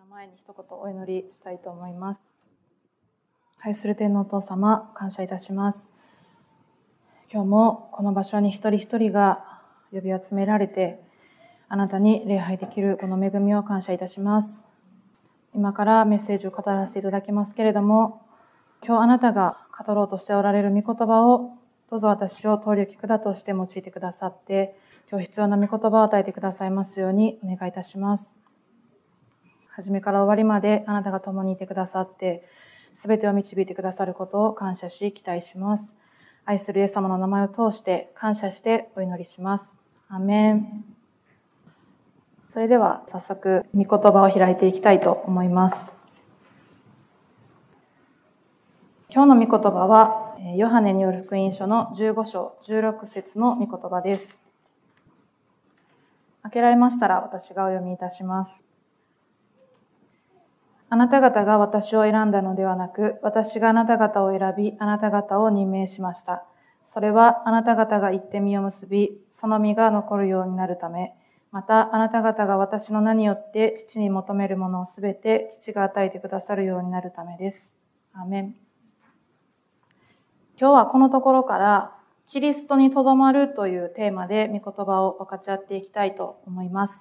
の前に一言お祈りしたいと思います。愛する天のお父様、感謝いたします。今日もこの場所に一人一人が呼び集められて、あなたに礼拝できるこの恵みを感謝いたします。今からメッセージを語らせていただきますけれども、今日あなたが語ろうとしておられる御言葉をどうぞ私を通り行き管として用いてくださって、今日必要な御言葉を与えてくださいますようにお願いいたします。初めから終わりまであなたが共にいてくださって、すべてを導いてくださることを感謝し、期待します。愛するイエス様の名前を通して感謝してお祈りします。アーメン。それでは早速、御言葉を開いていきたいと思います。今日の御言葉は、ヨハネによる福音書の15章16節の御言葉です。開けられましたら私がお読みいたします。あなた方が私を選んだのではなく、私があなた方を選び、あなた方を任命しました。それはあなた方が行って実を結び、その実が残るようになるため、またあなた方が私の名によって父に求めるものをすべて父が与えてくださるようになるためです。アーメン。今日はこのところから、キリストにとどまるというテーマで御言葉を分かち合っていきたいと思います。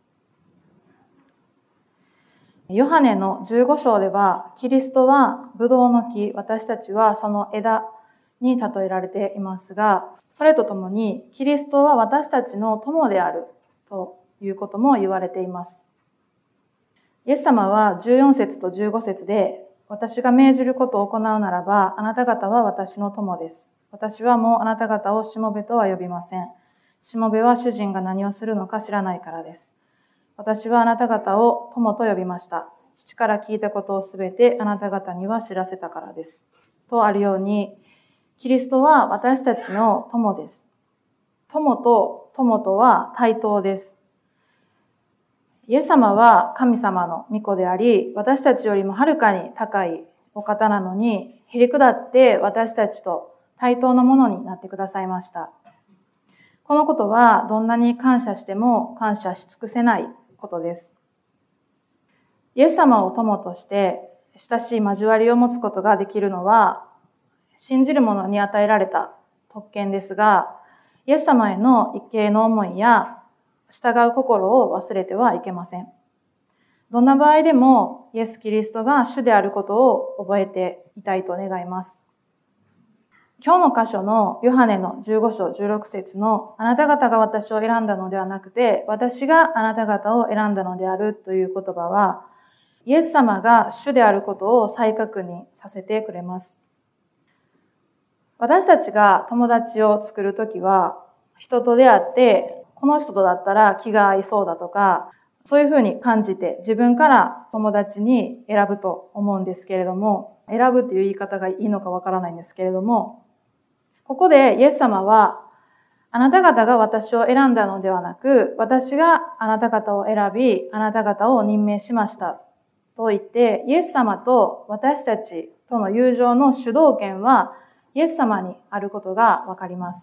ヨハネの15章では、キリストはブドウの木、私たちはその枝に例えられていますが、それとともに、キリストは私たちの友であるということも言われています。イエス様は14節と15節で、私が命じることを行うならば、あなた方は私の友です。私はもうあなた方をしもべとは呼びません。しもべは主人が何をするのか知らないからです。私はあなた方を友と呼びました。父から聞いたことをすべてあなた方には知らせたからです。とあるように、キリストは私たちの友です。友と友とは対等です。イエス様は神様の御子であり、私たちよりもはるかに高いお方なのに、へり下って私たちと対等のものになってくださいました。このことはどんなに感謝しても感謝し尽くせないことです。イエス様を友として親しい交わりを持つことができるのは、信じる者に与えられた特権ですが、イエス様への一形の思いや従う心を忘れてはいけません。どんな場合でもイエス・キリストが主であることを覚えていたいと願います。今日の箇所のヨハネの15章16節のあなた方が私を選んだのではなくて、私があなた方を選んだのであるという言葉は、イエス様が主であることを再確認させてくれます。私たちが友達を作るときは、人と出会って、この人とだったら気が合いそうだとか、そういうふうに感じて自分から友達に選ぶと思うんですけれども、選ぶっていう言い方がいいのかわからないんですけれども、ここでイエス様は、あなた方が私を選んだのではなく、私があなた方を選び、あなた方を任命しましたと言って、イエス様と私たちとの友情の主導権はイエス様にあることがわかります。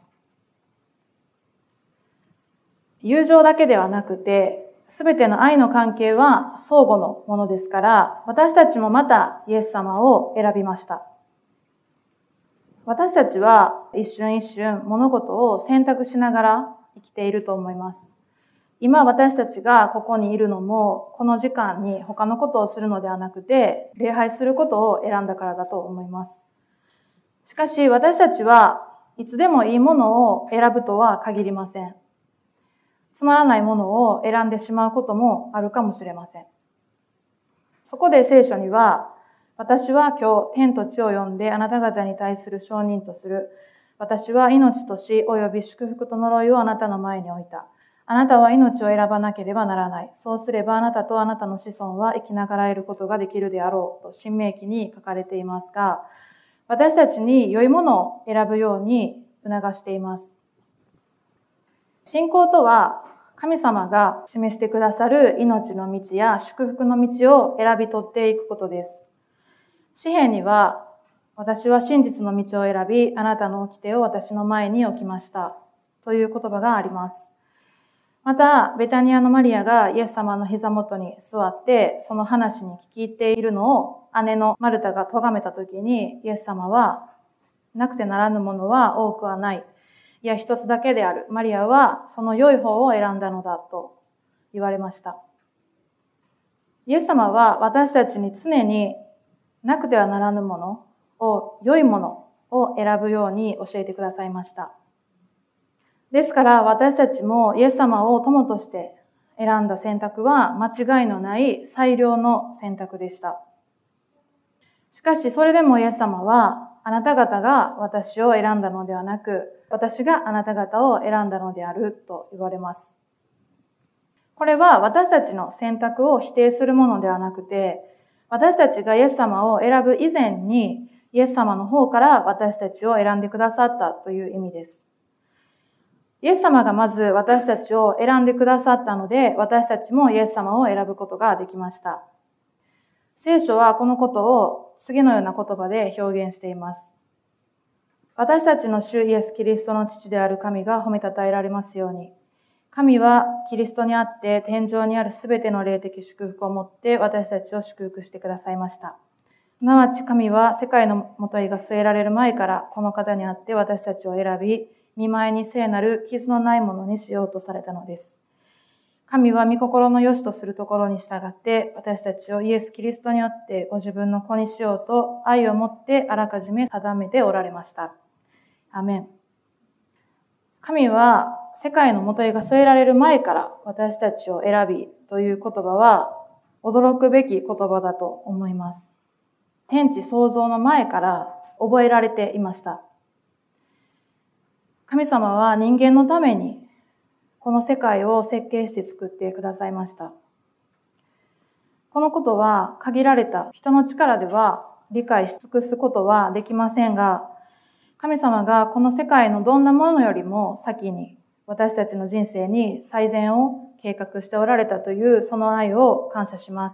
友情だけではなくて、すべての愛の関係は相互のものですから、私たちもまたイエス様を選びました。私たちは一瞬一瞬物事を選択しながら生きていると思います。今私たちがここにいるのも、この時間に他のことをするのではなくて、礼拝することを選んだからだと思います。しかし私たちはいつでもいいものを選ぶとは限りません。つまらないものを選んでしまうこともあるかもしれません。そこで聖書には、私は今日天と地を呼んであなた方に対する証人とする。私は命と死及び祝福と呪いをあなたの前に置いた。あなたは命を選ばなければならない。そうすればあなたとあなたの子孫は生きながらえることができるであろうと申命記に書かれていますが、私たちに良いものを選ぶように促しています。信仰とは神様が示してくださる命の道や祝福の道を選び取っていくことです。詩篇には、私は真実の道を選び、あなたの掟を私の前に置きました。という言葉があります。 また、ベタニアのマリアがイエス様の膝元に座って、その話に聞き入っているのを姉のマルタが咎めたときに、イエス様は、なくてならぬものは多くはない。いや、一つだけである。マリアはその良い方を選んだのだと言われました。イエス様は私たちに常になくてはならぬものを、良いものを選ぶように教えてくださいました。ですから私たちもイエス様を友として選んだ選択は間違いのない最良の選択でした。しかしそれでもイエス様はあなた方が私を選んだのではなく、私があなた方を選んだのであると言われます。これは私たちの選択を否定するものではなくて、私たちがイエス様を選ぶ以前に、イエス様の方から私たちを選んでくださったという意味です。イエス様がまず私たちを選んでくださったので、私たちもイエス様を選ぶことができました。聖書はこのことを次のような言葉で表現しています。私たちの主イエス・キリストの父である神が褒めたたえられますように。神はキリストにあって天上にあるすべての霊的祝福をもって私たちを祝福してくださいました。すなわち神は世界のもといが据えられる前からこの方にあって私たちを選び、見舞いに聖なる傷のないものにしようとされたのです。神は御心の良しとするところに従って私たちをイエス・キリストによってご自分の子にしようと愛をもってあらかじめ定めておられました。アメン。神は世界のもといが添えられる前から私たちを選びという言葉は驚くべき言葉だと思います。天地創造の前から覚えられていました。神様は人間のためにこの世界を設計して作ってくださいました。このことは限られた人の力では理解し尽くすことはできませんが、神様がこの世界のどんなものよりも先に私たちの人生に最善を計画しておられたというその愛を感謝します。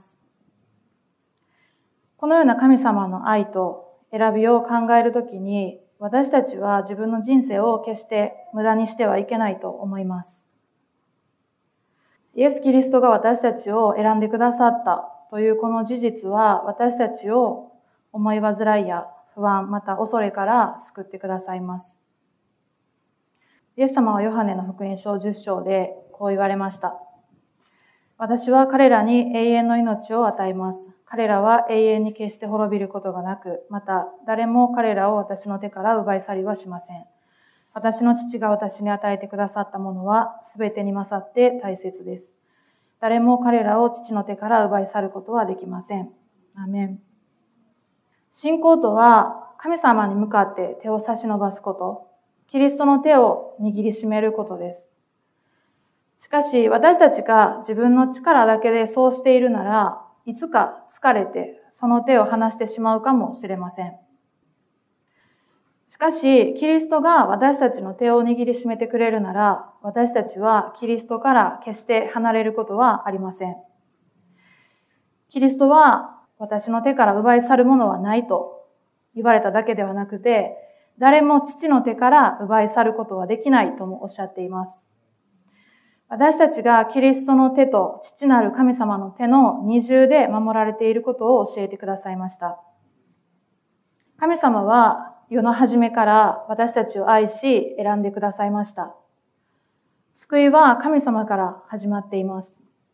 このような神様の愛と選びを考えるときに、私たちは自分の人生を決して無駄にしてはいけないと思います。イエス・キリストが私たちを選んでくださったというこの事実は、私たちを思い煩いや不安、また恐れから救ってくださいます。イエス様はヨハネの福音書10章でこう言われました。私は彼らに永遠の命を与えます。彼らは永遠に決して滅びることがなく、また誰も彼らを私の手から奪い去りはしません。私の父が私に与えてくださったものはすべてに勝って大切です。誰も彼らを父の手から奪い去ることはできません。アーメン。信仰とは神様に向かって手を差し伸ばすこと、キリストの手を握りしめることです。しかし私たちが自分の力だけでそうしているなら、いつか疲れてその手を離してしまうかもしれません。しかしキリストが私たちの手を握りしめてくれるなら、私たちはキリストから決して離れることはありません。キリストは私の手から奪い去るものはないと言われただけではなくて、誰も父の手から奪い去ることはできないともおっしゃっています。私たちがキリストの手と父なる神様の手の二重で守られていることを教えてくださいました。神様は世の初めから私たちを愛し選んでくださいました。救いは神様から始まっています。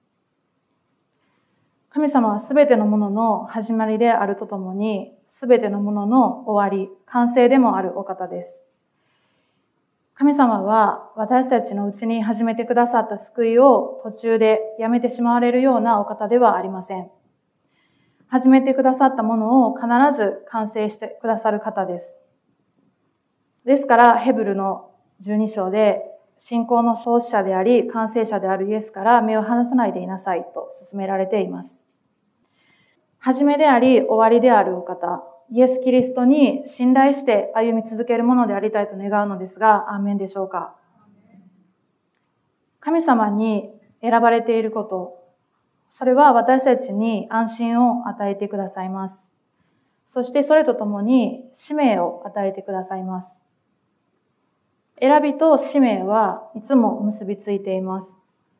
神様はすべてのものの始まりであるとともに、すべてのものの終わり、完成でもあるお方です。神様は私たちのうちに始めてくださった救いを途中でやめてしまわれるようなお方ではありません。始めてくださったものを必ず完成してくださる方です。ですからヘブルの12章で信仰の創始者であり完成者であるイエスから目を離さないでいなさいと勧められています。始めであり終わりであるお方、イエス・キリストに信頼して歩み続けるものでありたいと願うのですが、アーメンでしょうか。神様に選ばれていること、それは私たちに安心を与えてくださいます。そしてそれとともに使命を与えてくださいます。選びと使命はいつも結びついています。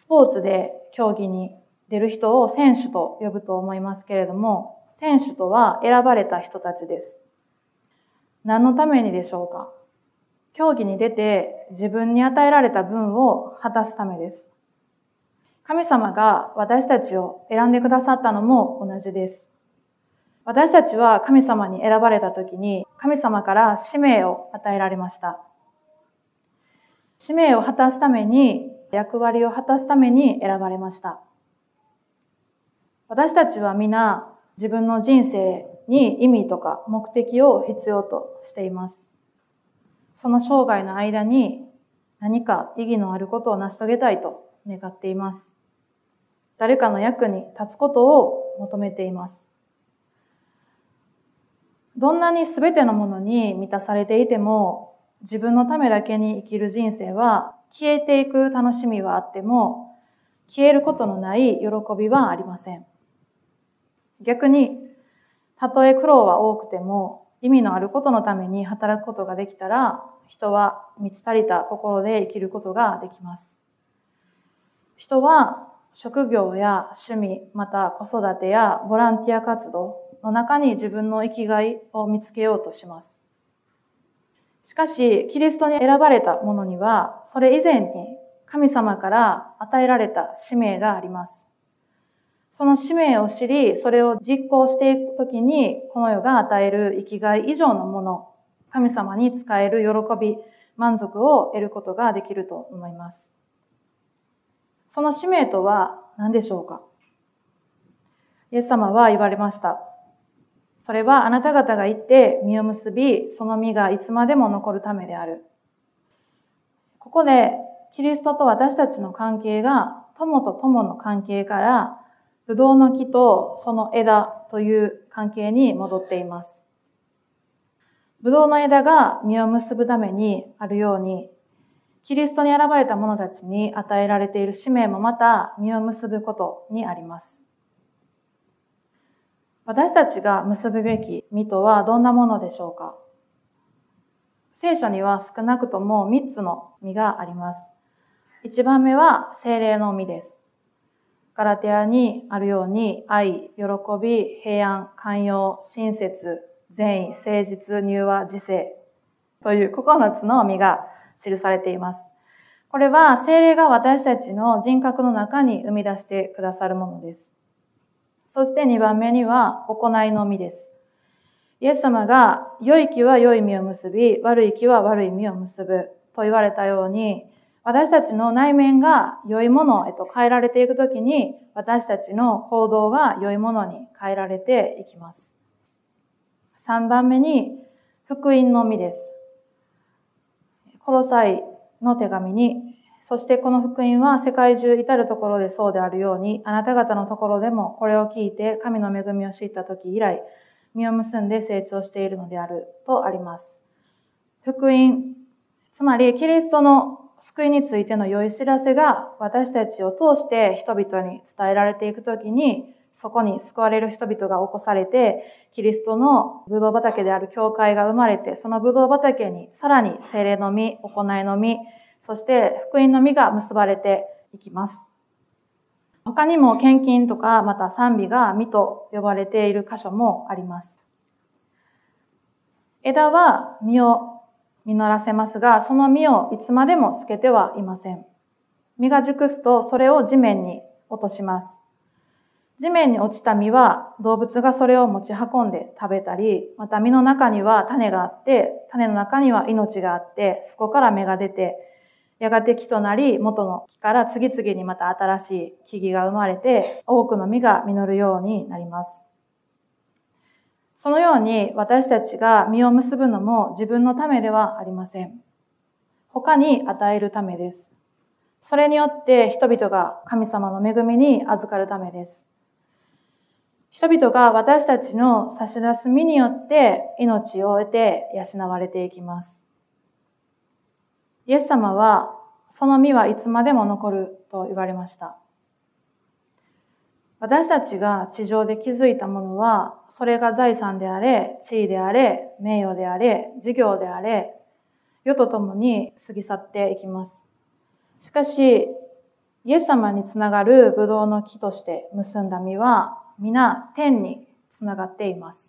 スポーツで競技に出る人を選手と呼ぶと思いますけれども、選手とは選ばれた人たちです。何のためにでしょうか？競技に出て自分に与えられた分を果たすためです。神様が私たちを選んでくださったのも同じです。私たちは神様に選ばれたときに、神様から使命を与えられました。使命を果たすために、役割を果たすために選ばれました。私たちは皆、自分の人生に意味とか目的を必要としています。その生涯の間に何か意義のあることを成し遂げたいと願っています。誰かの役に立つことを求めています。どんなに全てのものに満たされていても、自分のためだけに生きる人生は消えていく楽しみはあっても、消えることのない喜びはありません。逆に、たとえ苦労は多くても、意味のあることのために働くことができたら、人は満ち足りた心で生きることができます。人は職業や趣味、また子育てやボランティア活動の中に自分の生きがいを見つけようとします。しかし、キリストに選ばれた者には、それ以前に神様から与えられた使命があります。その使命を知り、それを実行していくときに、この世が与える生きがい以上のもの、神様に仕える喜び、満足を得ることができると思います。その使命とは何でしょうか？イエス様は言われました。それはあなた方が行って実を結び、その実がいつまでも残るためである。ここでキリストと私たちの関係が友と友の関係から、ブドウの木とその枝という関係に戻っています。ブドウの枝が実を結ぶためにあるように、キリストに選ばれた者たちに与えられている使命もまた実を結ぶことにあります。私たちが結ぶべき実とはどんなものでしょうか？聖書には少なくとも3つの実があります。1番目は聖霊の実です。ガラテヤにあるように、愛、喜び、平安、寛容、親切、善意、誠実、柔和、自制という9つの実が記されています。これは聖霊が私たちの人格の中に生み出してくださるものです。そして2番目には行いの実です。イエス様が良い木は良い実を結び、悪い木は悪い実を結ぶと言われたように、私たちの内面が良いものへと変えられていくときに、私たちの行動が良いものに変えられていきます。3番目に福音の実です。コロサイの手紙に、そしてこの福音は世界中至るところでそうであるように、あなた方のところでもこれを聞いて神の恵みを知ったとき以来、実を結んで成長しているのであるとあります。福音、つまりキリストの救いについての良い知らせが私たちを通して人々に伝えられていくときに、そこに救われる人々が起こされて、キリストのブドウ畑である教会が生まれて、そのブドウ畑にさらに聖霊の実、行いの実、そして福音の実が結ばれていきます。他にも献金とかまた賛美が実と呼ばれている箇所もあります。枝は実を実らせますが、その実をいつまでもつけてはいません。実が熟すとそれを地面に落とします。地面に落ちた実は動物がそれを持ち運んで食べたり、また実の中には種があって、種の中には命があって、そこから芽が出て、やがて木となり、元の木から次々にまた新しい木々が生まれて、多くの実が実るようになります。そのように私たちが実を結ぶのも自分のためではありません。他に与えるためです。それによって人々が神様の恵みに預かるためです。人々が私たちの差し出す実によって命を得て養われていきます。イエス様はその実はいつまでも残ると言われました。私たちが地上で築いたものは、それが財産であれ、地位であれ、名誉であれ、事業であれ、世とともに過ぎ去っていきます。しかし、 イエス様につながるブドウの木として結んだ実は皆天につながっています。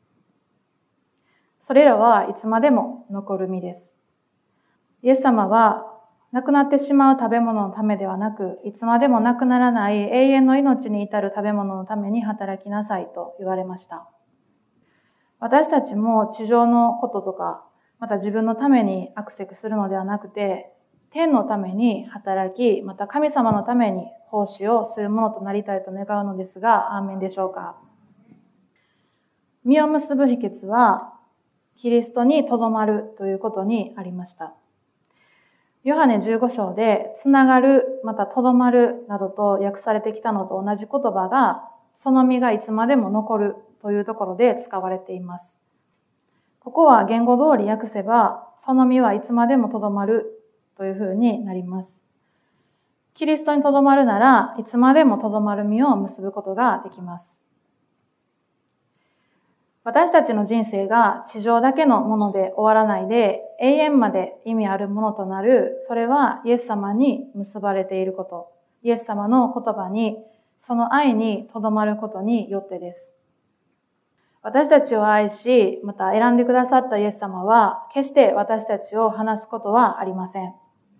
それらはいつまでも残る実です。イエス様はなくなってしまう食べ物のためではなく、いつまでもなくならない永遠の命に至る食べ物のために働きなさいと言われました。私たちも地上のこととか、また自分のためにアクセスするのではなくて、天のために働き、また神様のために奉仕をするものとなりたいと願うのですが、アーメンでしょうか。実を結ぶ秘訣は、キリストにとどまるということにありました。ヨハネ15章で、つながる、またとどまるなどと訳されてきたのと同じ言葉が、その実がいつまでも残るというところで使われています。ここは言語通り訳せば、その実はいつまでもとどまるというふうになります。キリストにとどまるならいつまでもとどまる実を結ぶことができます。私たちの人生が地上だけのもので終わらないで永遠まで意味あるものとなる、それはイエス様に結ばれていること、イエス様の言葉に、その愛にとどまることによってです。私たちを愛し、また選んでくださったイエス様は、決して私たちを離すことはありません。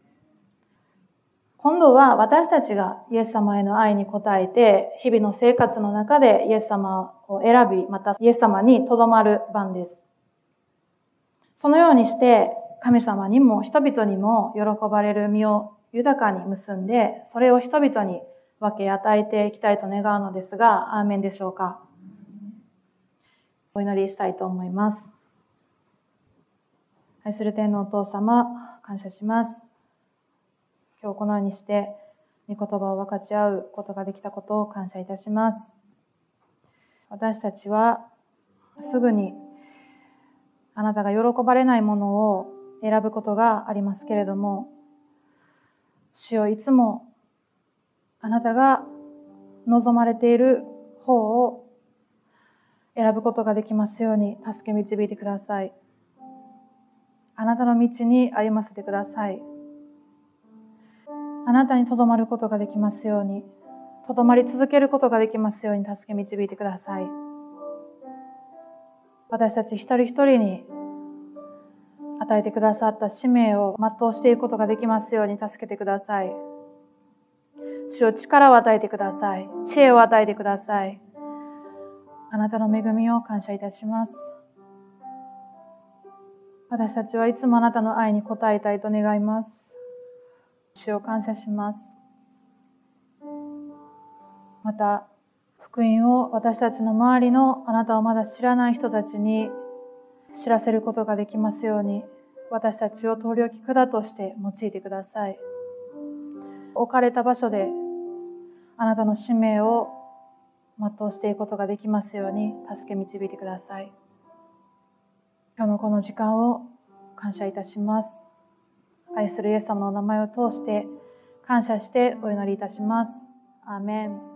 今度は私たちがイエス様への愛に応えて、日々の生活の中でイエス様を選び、またイエス様にとどまる番です。そのようにして、神様にも人々にも喜ばれる実を豊かに結んで、それを人々に分け与えていきたいと願うのですが、アーメンでしょうか。お祈りしたいと思います。愛する天のお父様、感謝します。今日このようにして、御言葉を分かち合うことができたことを感謝いたします。私たちはすぐにあなたが喜ばれないものを選ぶことがありますけれども、主よ、いつもあなたが望まれている方を選ぶことができますように助け導いてください。あなたの道に歩ませてください。あなたにとどまることができますように、とどまり続けることができますように助け導いてください。私たち一人一人に与えてくださった使命を全うしていくことができますように助けてください。主よ、力を与えてください。知恵を与えてください。あなたの恵みを感謝いたします。私たちはいつもあなたの愛に応えたいと願います。主を感謝します。また、福音を私たちの周りのあなたをまだ知らない人たちに知らせることができますように、私たちを通り置き管として用いてください。置かれた場所であなたの使命を全うしていくことができますように助け導いてください。今日のこの時間を感謝いたします。愛するイエス様のお名前を通して感謝してお祈りいたします。アーメン。